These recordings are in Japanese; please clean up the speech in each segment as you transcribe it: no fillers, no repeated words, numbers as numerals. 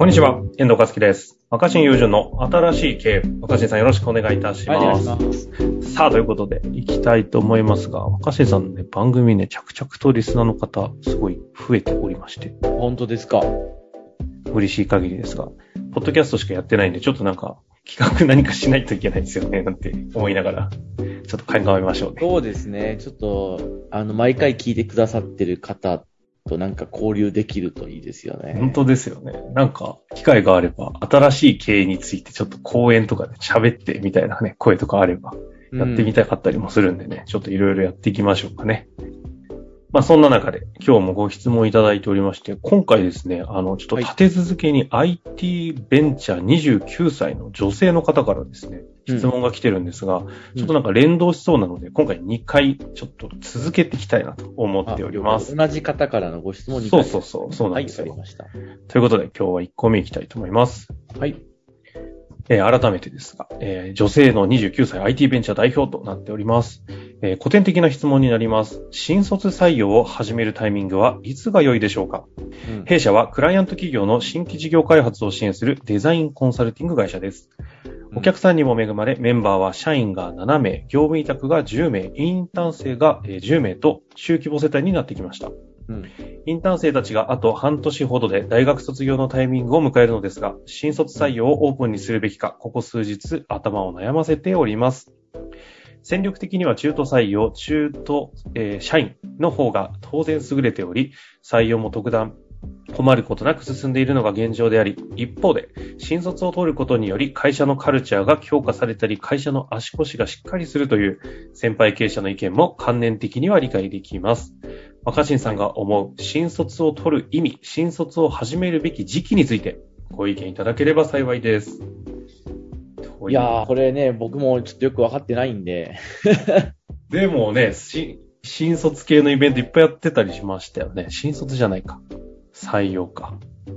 こんにちは、遠藤和樹です。若新雄純の新しい経営。若新さんよろしくお願いいたします。 はい、お願いします。 さあ、ということで、行きたいと思いますが、若新さんのね、番組ね、着々とリスナーの方、すごい増えておりまして。 本当ですか。 嬉しい限りですが、ポッドキャストしかやってないんで、ちょっとなんか、企画何かしないといけないですよね、なんて思いながら、ちょっと考えましょうね。 そうですね。ちょっと、毎回聞いてくださってる方となんか交流できるといいですよね。 本当ですよね。なんか、機会があれば、新しい経営についてちょっと講演とかで喋ってみたいなね、声とかあれば、やってみたかったりもするんでね、ちょっといろいろやっていきましょうかね。まあそんな中で今日もご質問いただいておりまして、今回ですね、ちょっと立て続けに IT ベンチャー29歳の女性の方からですね、質問が来てるんですが、ちょっとなんか連動しそうなので、今回2回ちょっと続けていきたいなと思っております。 同じ方からのご質問2回。 そうなんですよ。 はい、わかりました。 ということで今日は1個目いきたいと思います。 はい。 改めてですが、女性の29歳 IT ベンチャー代表となっております。古典的な質問になります。新卒採用を始めるタイミングはいつが良いでしょうか？弊社はクライアント企業の新規事業開発を支援するデザインコンサルティング会社です。お客さんにも恵まれ、メンバーは社員が7名、業務委託が10名、インターン生が10名と中規模世帯になってきました。インターン生たちがあと半年ほどで大学卒業のタイミングを迎えるのですが、新卒採用をオープンにするべきか、ここ数日頭を悩ませております。戦力的には中途採用、中途、社員の方が当然優れており、採用も特段困ることなく進んでいるのが現状であり、一方で新卒を取ることにより会社のカルチャーが強化されたり、会社の足腰がしっかりするという先輩経営者の意見も観念的には理解できます。若新さんが思う新卒を取る意味、新卒を始めるべき時期についてご意見いただければ幸いです。 いやー、これね、僕もちょっとよくわかってないんで。 でもね、新卒系のイベントいっぱいやってたりしましたよね。新卒じゃないか。採用か。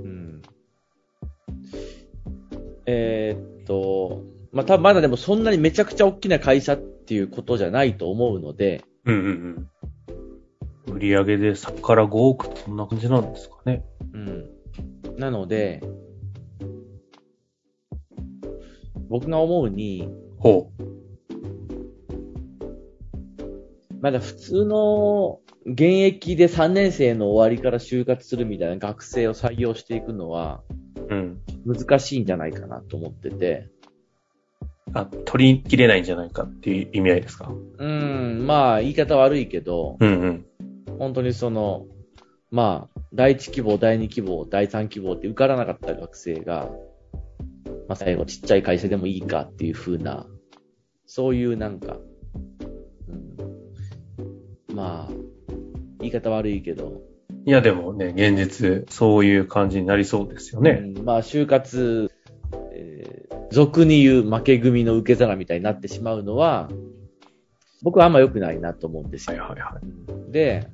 まだでもそんなにめちゃくちゃ大きな会社っていうことじゃないと思うので。 売り上げで3から5億とそんな感じなんですかね。 なので、僕が思うに、まだ普通の現役で3年生の終わりから就活するみたいな学生を採用していくのは、難しいんじゃないかなと思ってて。 取り切れないんじゃないかっていう意味合いですか？ まあ言い方悪いけど、本当に第1希望、第2希望、第3希望って受からなかった学生が、最後ちっちゃい会社でもいいかっていう風な、そういうなんか、言い方悪いけど。 いやでもね、現実、そういう感じになりそうですよね。 就活、俗に言う負け組の受け皿みたいになってしまうのは、僕はあんま良くないなと思うんですよ。で、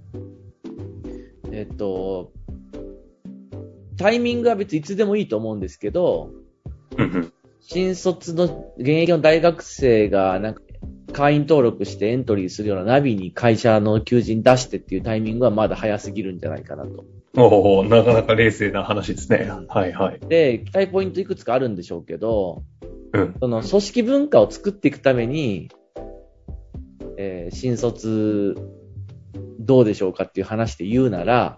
タイミングは別にいつでもいいと思うんですけど、新卒の現役の大学生がなんか会員登録してエントリーするようなナビに会社の求人出してっていうタイミングはまだ早すぎるんじゃないかなと。 なかなか冷静な話ですね。 で、期待ポイントいくつかあるんでしょうけど、その組織文化を作っていくために、新卒どうでしょうかっていう話で言うなら、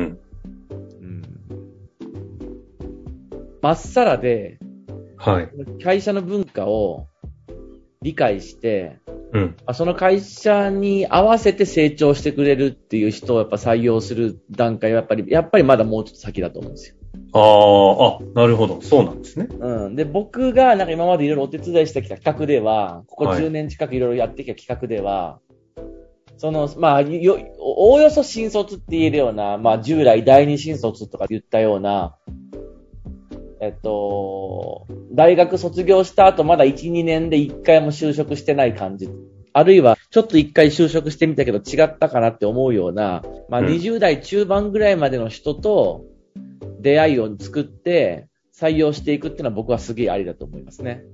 まっさらで、会社の文化を理解して、その会社に合わせて成長してくれるっていう人をやっぱ採用する段階はやっぱりまだもうちょっと先だと思うんですよ。 なるほど。そうなんですね。 で、僕がなんか今までいろいろお手伝いしてきた企画では、ここ10年近くいろいろやってきた企画では、おおよそ新卒って言えるような、従来第二新卒とか言ったような、大学卒業した後まだ1、2年で1回も就職してない感じ。あるいは、ちょっと1回就職してみたけど違ったかなって思うような、20代中盤ぐらいまでの人と出会いを作って採用していくっていうのは僕はすげえありだと思いますね。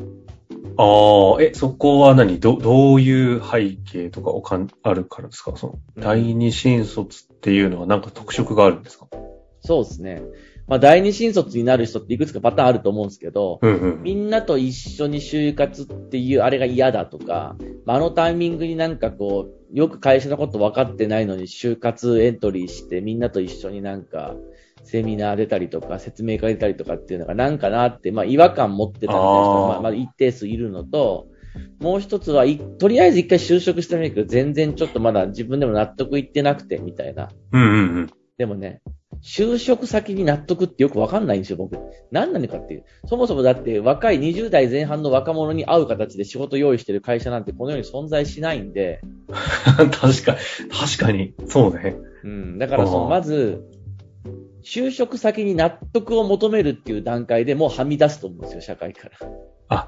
そこはどういう背景とかあるからですか？第二新卒っていうのはなんか特色があるんですか？ そうですね。まあ、第二新卒になる人っていくつかパターンあると思うんですけど、みんなと一緒に就活っていうあれが嫌だとか、まあ、あのタイミングになんかこう、よく会社のこと分かってないのに就活エントリーしてみんなと一緒になんか、セミナー出たりとか、説明会出たりとかっていうのがなんかなって、まあ違和感持ってたみたいな人がまあ一定数いるのと、もう一つはとりあえず一回就職してみるけど、全然ちょっとまだ自分でも納得いってなくて、みたいな。でもね、就職先に納得ってよくわかんないんですよ、僕。何なのかっていう。そもそもだって若い20代前半の若者に会う形で仕事用意してる会社なんてこの世に存在しないんで。 確かに。そうね。 だからまず、就職先に納得を求めるっていう段階でもうはみ出すと思うんですよ、社会から。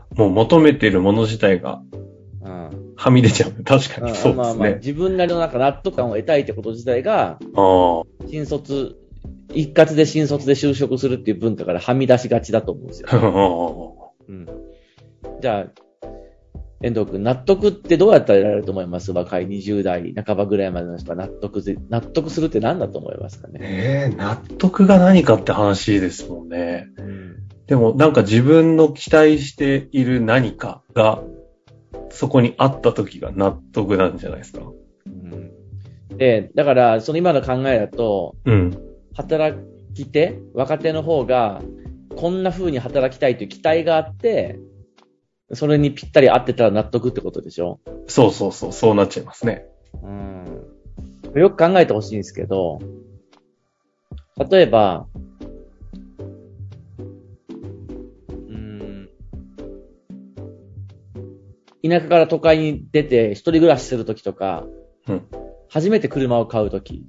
もう求めてるもの自体が、はみ出ちゃう。確かにそうですね。 自分なりのなんか納得感を得たいってこと自体が、一括で新卒で就職するっていう文化からはみ出しがちだと思うんですよ。じゃあ、遠藤君、納得ってどうやったら得られると思います？若い20代半ばぐらいまでの人は納得するって何だと思いますかね？ 納得が何かって話ですもんね。でもなんか自分の期待している何かがそこにあった時が納得なんじゃないですか。 で、だからその今の考えだと、働き手、若手の方がこんな風に働きたいという期待があって、それにぴったり合ってたら納得ってことでしょ？ そうなっちゃいますね。 よく考えてほしいんですけど、例えば、田舎から都会に出て一人暮らしするときとか、初めて車を買うとき、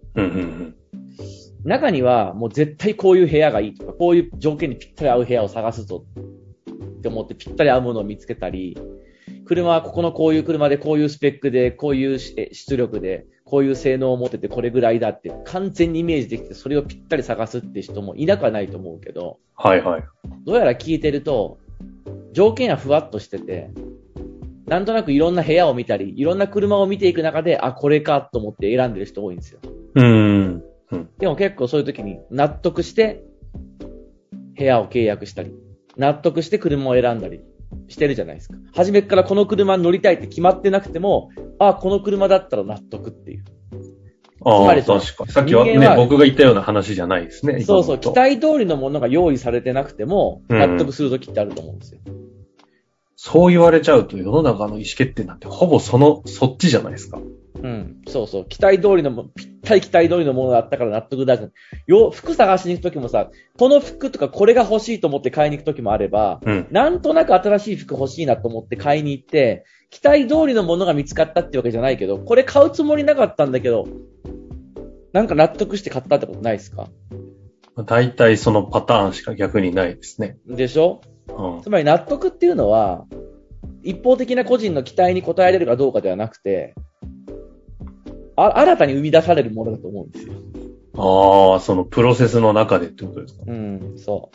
中にはもう絶対こういう部屋がいいとか、こういう条件にぴったり合う部屋を探すぞって思ってぴったり合うものを見つけたり、車はここのこういう車でこういうスペックでこういう出力でこういう性能を持っててこれぐらいだって完全にイメージできてそれをぴったり探すって人もいなくはないと思うけど、どうやら聞いてると条件はふわっとしてて、なんとなくいろんな部屋を見たりいろんな車を見ていく中でこれかと思って選んでる人多いんですよ。でも結構そういう時に納得して部屋を契約したり納得して車を選んだりしてるじゃないですか。初めからこの車に乗りたいって決まってなくても、この車だったら納得っていう。 つまり確かに。さっきはね、僕が言ったような話じゃないですね。 そう、期待通りのものが用意されてなくても、納得する時ってあると思うんですよ。 そう言われちゃうと世の中の意思決定なんてほぼそっちじゃないですか。 そう。期待通りのぴったり期待通りのものだったから納得だ。服探しに行くときもさ、この服とかこれが欲しいと思って買いに行くときもあれば、なんとなく新しい服欲しいなと思って買いに行って、期待通りのものが見つかったってわけじゃないけど、これ買うつもりなかったんだけど、なんか納得して買ったってことないですか？ 大体そのパターンしか逆にないですね。 でしょ？つまり納得っていうのは、一方的な個人の期待に応えれるかどうかではなくて、新たに生み出されるものだと思うんですよ。 そのプロセスの中でってことですか？ そう。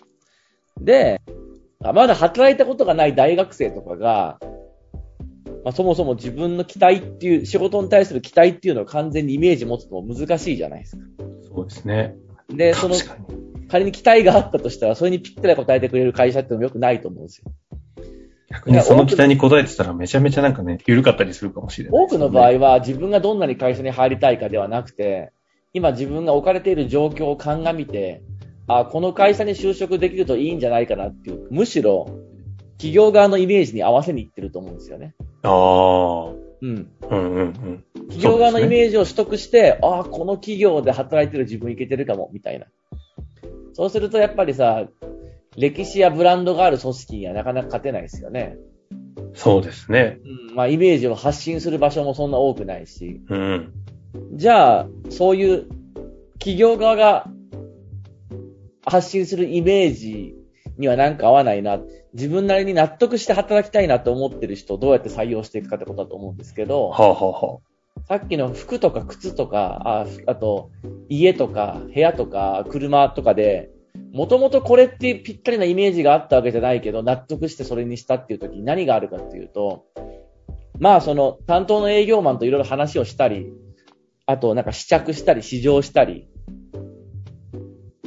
で、まだ働いたことがない大学生とかが、そもそも自分の期待っていう、仕事に対する期待っていうのを完全にイメージ持つのも難しいじゃないですか。 そうですね。 で、仮に期待があったとしたら、それにぴったり応えてくれる会社っていうのも良くないと思うんですよ。 逆にその期待に応えてたらめちゃめちゃなんかね、緩かったりするかもしれない、 多くの場合は自分がどんなに会社に入りたいかではなくて、今自分が置かれている状況を鑑みて、この会社に就職できるといいんじゃないかなっていう、むしろ企業側のイメージに合わせにいってると思うんですよね。企業側のイメージを取得して、この企業で働いてる自分いけてるかも、みたいな。そうするとやっぱりさ、歴史やブランドがある組織にはなかなか勝てないですよね。 そうですね。 イメージを発信する場所もそんな多くないし。じゃあ、そういう企業側が発信するイメージにはなんか合わないな。自分なりに納得して働きたいなと思ってる人をどうやって採用していくかってことだと思うんですけど、さっきの服とか靴とか、あと家とか部屋とか車とかで、もともとこれってぴったりなイメージがあったわけじゃないけど、納得してそれにしたっていう時に何があるかっていうと、その担当の営業マンといろいろ話をしたり、あとなんか試着したり試乗したり、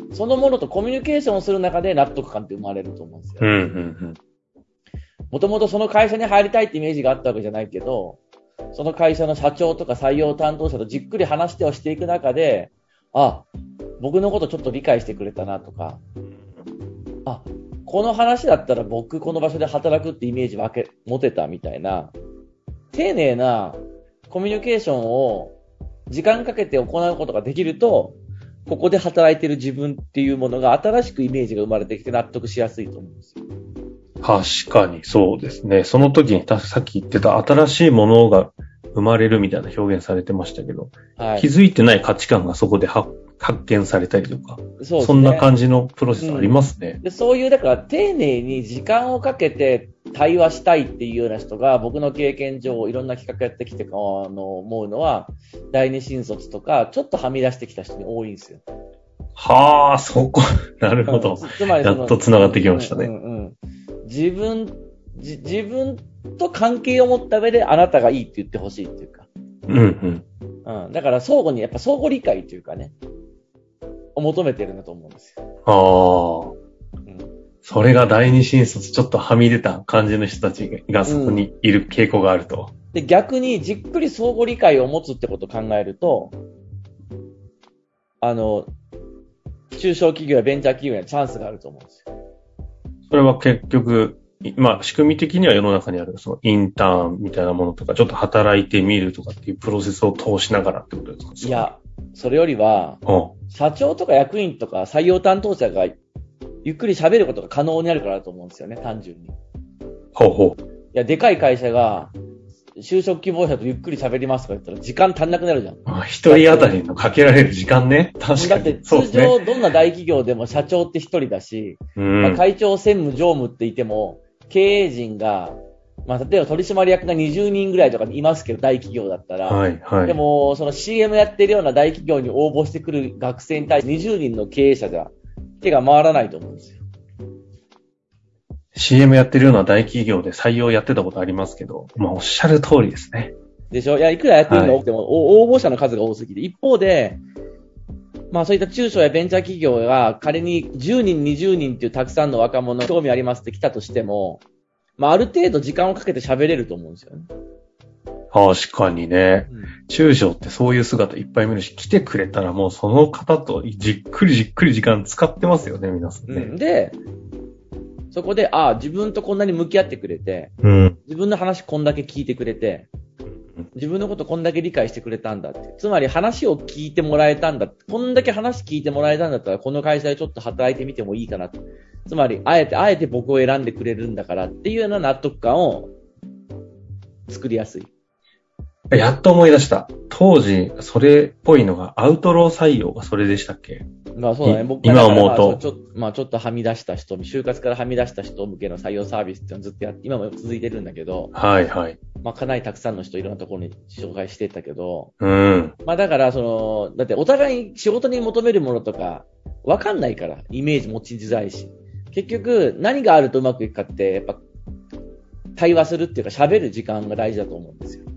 そのものとコミュニケーションをする中で納得感って生まれると思うんですよ。 うんうんうん。 もともとその会社に入りたいってイメージがあったわけじゃないけど、その会社の社長とか採用担当者とじっくり話してしていく中で、あ、僕のことちょっと理解してくれたなとか、あ、この話だったら僕この場所で働くってイメージ持てたみたいな、丁寧なコミュニケーションを時間かけて行うことができると、ここで働いてる自分っていうものが新しくイメージが生まれてきて納得しやすいと思うんですよ。 確かにそうですね。その時にさっき言ってた新しいものが生まれるみたいな表現されてましたけど、はい、気づいてない価値観がそこで発見されたりとか、そうですね、そんな感じのプロセスありますね。 でそういう、だから丁寧に時間をかけて対話したいっていうような人が、僕の経験上いろんな企画やってきて思うのは、第二新卒とか、ちょっとはみ出してきた人に多いんですよ。 はあ、そこ、なるほど。つまりやっと繋がってきましたね。 自分と関係を持った上であなたがいいって言ってほしいっていうか。だから相互に、やっぱ相互理解というかね、を求めてるんだと思うんですよ。 それが第二新卒ちょっとはみ出た感じの人たちがそこにいる傾向があると。 で、逆にじっくり相互理解を持つってことを考えると、中小企業やベンチャー企業にはチャンスがあると思うんですよ。 それは結局、仕組み的には世の中にある、そのインターンみたいなものとか、ちょっと働いてみるとかっていうプロセスを通しながらってことですか？ いや、それよりは、社長とか役員とか採用担当者がゆっくり喋ることが可能になるからだと思うんですよね、単純に。いや、でかい会社が、就職希望者とゆっくり喋りますとか言ったら時間足んなくなるじゃん。 一人当たりのかけられる時間ね。確かに。 だって通常どんな大企業でも社長って一人だし、会長、専務、常務っていても、経営陣が、例えば取締役が20人ぐらいとかいますけど、大企業だったら。でも、その CM やってるような大企業に応募してくる学生に対して20人の経営者じゃ手が回らないと思うんですよ。 CM やってるような大企業で採用やってたことありますけど、おっしゃる通りですね。 でしょ？いや、いくらやってるのが多くても、応募者の数が多すぎて、一方で、そういった中小やベンチャー企業が仮に10人、20人っていうたくさんの若者興味ありますって来たとしても、ある程度時間をかけて喋れると思うんですよね。 確かにね。中小ってそういう姿いっぱい見るし、来てくれたらもうその方とじっくり時間使ってますよね、皆さんね。 で、そこで、自分とこんなに向き合ってくれて、自分の話こんだけ聞いてくれて、自分のことこんだけ理解してくれたんだって。つまり話を聞いてもらえたんだって。こんだけ話聞いてもらえたんだったら、この会社でちょっと働いてみてもいいかなって。つまり、あえて僕を選んでくれるんだからっていうような納得感を作りやすい。 やっと思い出した。当時、それっぽいのが、アウトロー採用がそれでしたっけ？ そうだね。僕今思うと。 ちょっとはみ出した人、就活からはみ出した人向けの採用サービスっていうのをずっと今も続いてるんだけど。 はいはい。 かなりたくさんの人いろんなところに紹介してたけど。 だから、だってお互い仕事に求めるものとか、わかんないから、イメージ持ちづらいし。結局、何があるとうまくいくかって、やっぱ、対話するっていうか喋る時間が大事だと思うんですよ。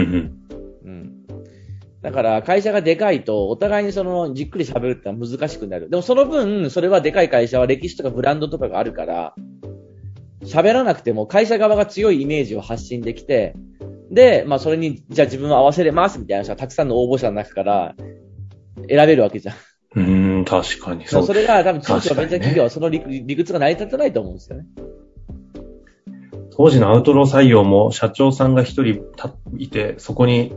だから、会社がでかいと、お互いにじっくり喋るってのは難しくなる。でもその分、それはでかい会社は歴史とかブランドとかがあるから、喋らなくても会社側が強いイメージを発信できて、で、それに、じゃあ自分は合わせれますみたいな人はたくさんの応募者の中から選べるわけじゃん。 確かにそう。 それが多分中小ベンチャー企業はその理屈が成り立たないと思うんですよね。 当時のアウトロー採用も社長さんが一人いて、そこに、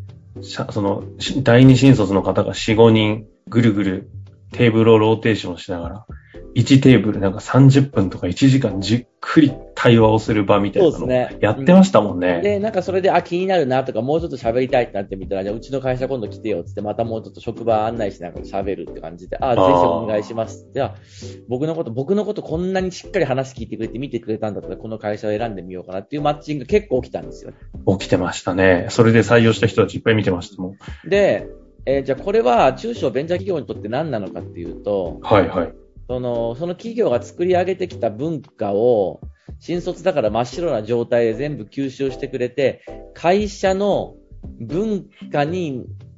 第二新卒の方が4、5人ぐるぐるテーブルをローテーションしながら、1テーブル30分とか1時間じっくり対話をする場みたいなのをやってましたもんね。 で、それで、気になるなとか、もうちょっと喋りたいってなってみたら、じゃあうちの会社今度来てよってって、またもうちょっと職場案内しながら喋るって感じで、ぜひお願いします。じゃあ、僕のことこんなにしっかり話聞いてくれて見てくれたんだったら、この会社を選んでみようかなっていうマッチング結構起きたんですよね。 起きてましたね。それで採用した人たちいっぱい見てましたもん。 で、じゃあこれは中小ベンチャー企業にとって何なのかっていうと、 はいはい。 その企業が作り上げてきた文化を、新卒だから真っ白な状態で全部吸収してくれて、会社の文化に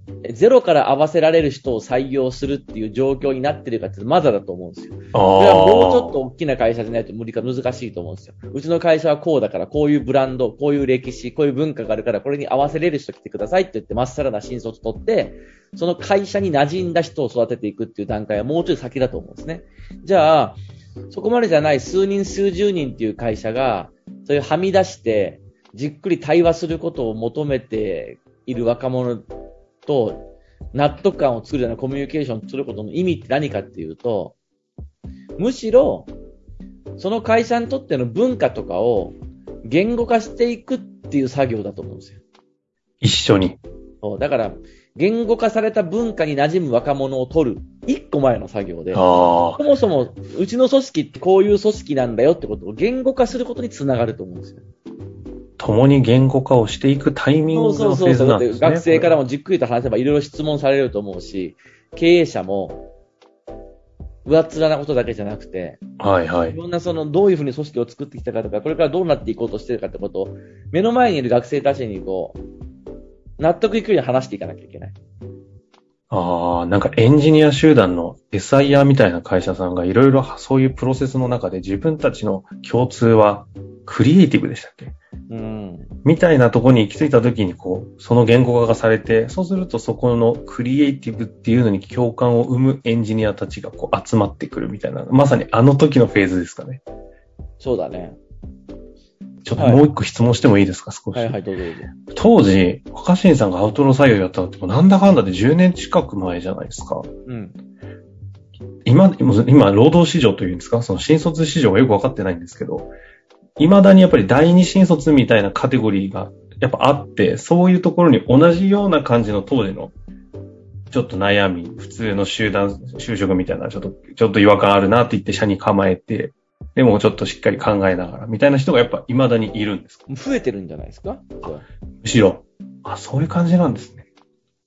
ゼロから合わせられる人を採用するっていう状況になってるかってまだだと思うんですよ。これはもうちょっと大きな会社じゃないと難しいと思うんですよ。うちの会社はこうだから、こういうブランド、こういう歴史、こういう文化があるから、これに合わせれる人来てくださいって言って、まっさらな新卒取って、その会社に馴染んだ人を育てていくっていう段階はもうちょい先だと思うんですね。じゃあ、そこまでじゃない数人数十人っていう会社が、そういうはみ出して、じっくり対話することを求めている若者と納得感を作るようなコミュニケーションをすることの意味って何かっていうと、むしろその会社にとっての文化とかを言語化していくっていう作業だと思うんですよ。 一緒に。 そうだから言語化された文化に馴染む若者を取る一個前の作業で、そもそもうちの組織ってこういう組織なんだよってことを言語化することにつながると思うんですよ。 共に言語化をしていくタイミングのフェーズなんですね。 学生からもじっくりと話せばいろいろ質問されると思うし、経営者も上っ面なことだけじゃなくて、 はいはい。 いろんなどういうふうに組織を作ってきたかとか、これからどうなっていこうとしてるかってことを、目の前にいる学生たちに納得いくように話していかなきゃいけない。 なんかエンジニア集団の SIR みたいな会社さんがいろいろそういうプロセスの中で自分たちの共通はクリエイティブでしたっけ？みたいなところに行き着いたときにその言語化がされて、そうするとそこのクリエイティブっていうのに共感を生むエンジニアたちが集まってくるみたいな、まさにあの時のフェーズですかね。 そうだね。 ちょっともう一個質問してもいいですか、少し。 はいはい、どうぞどうぞ。 当時、若新さんがアウトロー採用やったのってなんだかんだで10年近く前じゃないですか。 うん。 今、労働市場というんですか、その新卒市場がよくわかってないんですけど、未だにやっぱり第二新卒みたいなカテゴリーがやっぱあって、そういうところに同じような感じの当時のちょっと悩み、普通の就職みたいなちょっと違和感あるなって言って社に構えて、でもちょっとしっかり考えながらみたいな人がやっぱ未だにいるんですか？ 増えてるんじゃないですか？ むしろ。そういう感じなんですね。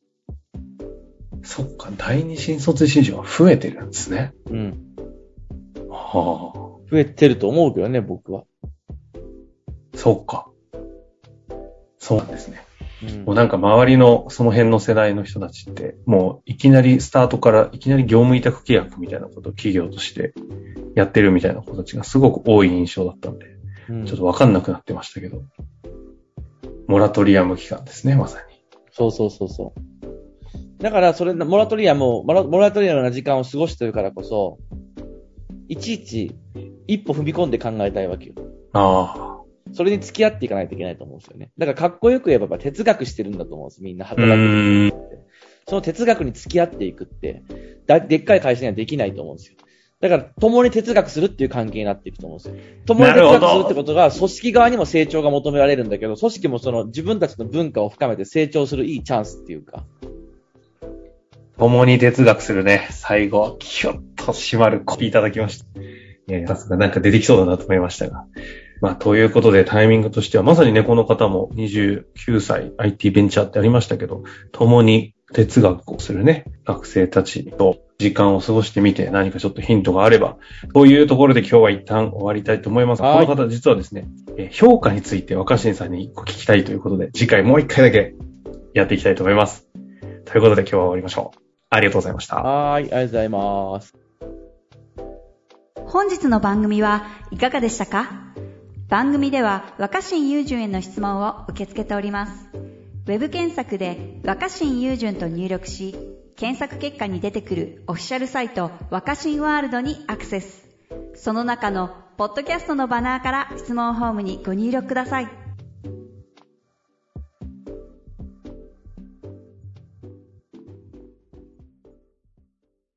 そっか、第二新卒市場は増えてるんですね。 うん。増えてると思うけどね、僕は。 そっか。そうなんですね。もうなんか周りのその辺の世代の人たちって、もういきなりスタートからいきなり業務委託契約みたいなことを企業としてやってるみたいな子たちがすごく多い印象だったんで、ちょっとわかんなくなってましたけど、モラトリアム期間ですね、まさに。 そう。だからモラトリアムな時間を過ごしてるからこそ、いちいち一歩踏み込んで考えたいわけよ。それに付き合っていかないといけないと思うんですよね。だからかっこよく言えば哲学してるんだと思うんです。みんな働く。その哲学に付き合っていくって、でっかい会社にはできないと思うんですよ。だから共に哲学するっていう関係になっていくと思うんですよ。共に哲学するってことが組織側にも成長が求められるんだけど、組織も自分たちの文化を深めて成長するいいチャンスっていうか。 共に哲学するね。最後、キュッと締まるコピーいただきました。さすがなんか出てきそうだなと思いましたが。ということでタイミングとしては、まさにね、この方も29歳 IT ベンチャーってありましたけど、共に哲学をするね、学生たちと時間を過ごしてみて何かちょっとヒントがあれば、というところで今日は一旦終わりたいと思います。この方実はですね、評価について若新さんに一個聞きたいということで、次回もう一回だけやっていきたいと思います。ということで今日は終わりましょう。ありがとうございました。 ありがとうございます。 本日の番組はいかがでしたか？番組では若新雄純への質問を受け付けております。ウェブ検索で若新雄純と入力し、検索結果に出てくるオフィシャルサイト若新ワールドにアクセス。その中のポッドキャストのバナーから質問フォームにご入力ください。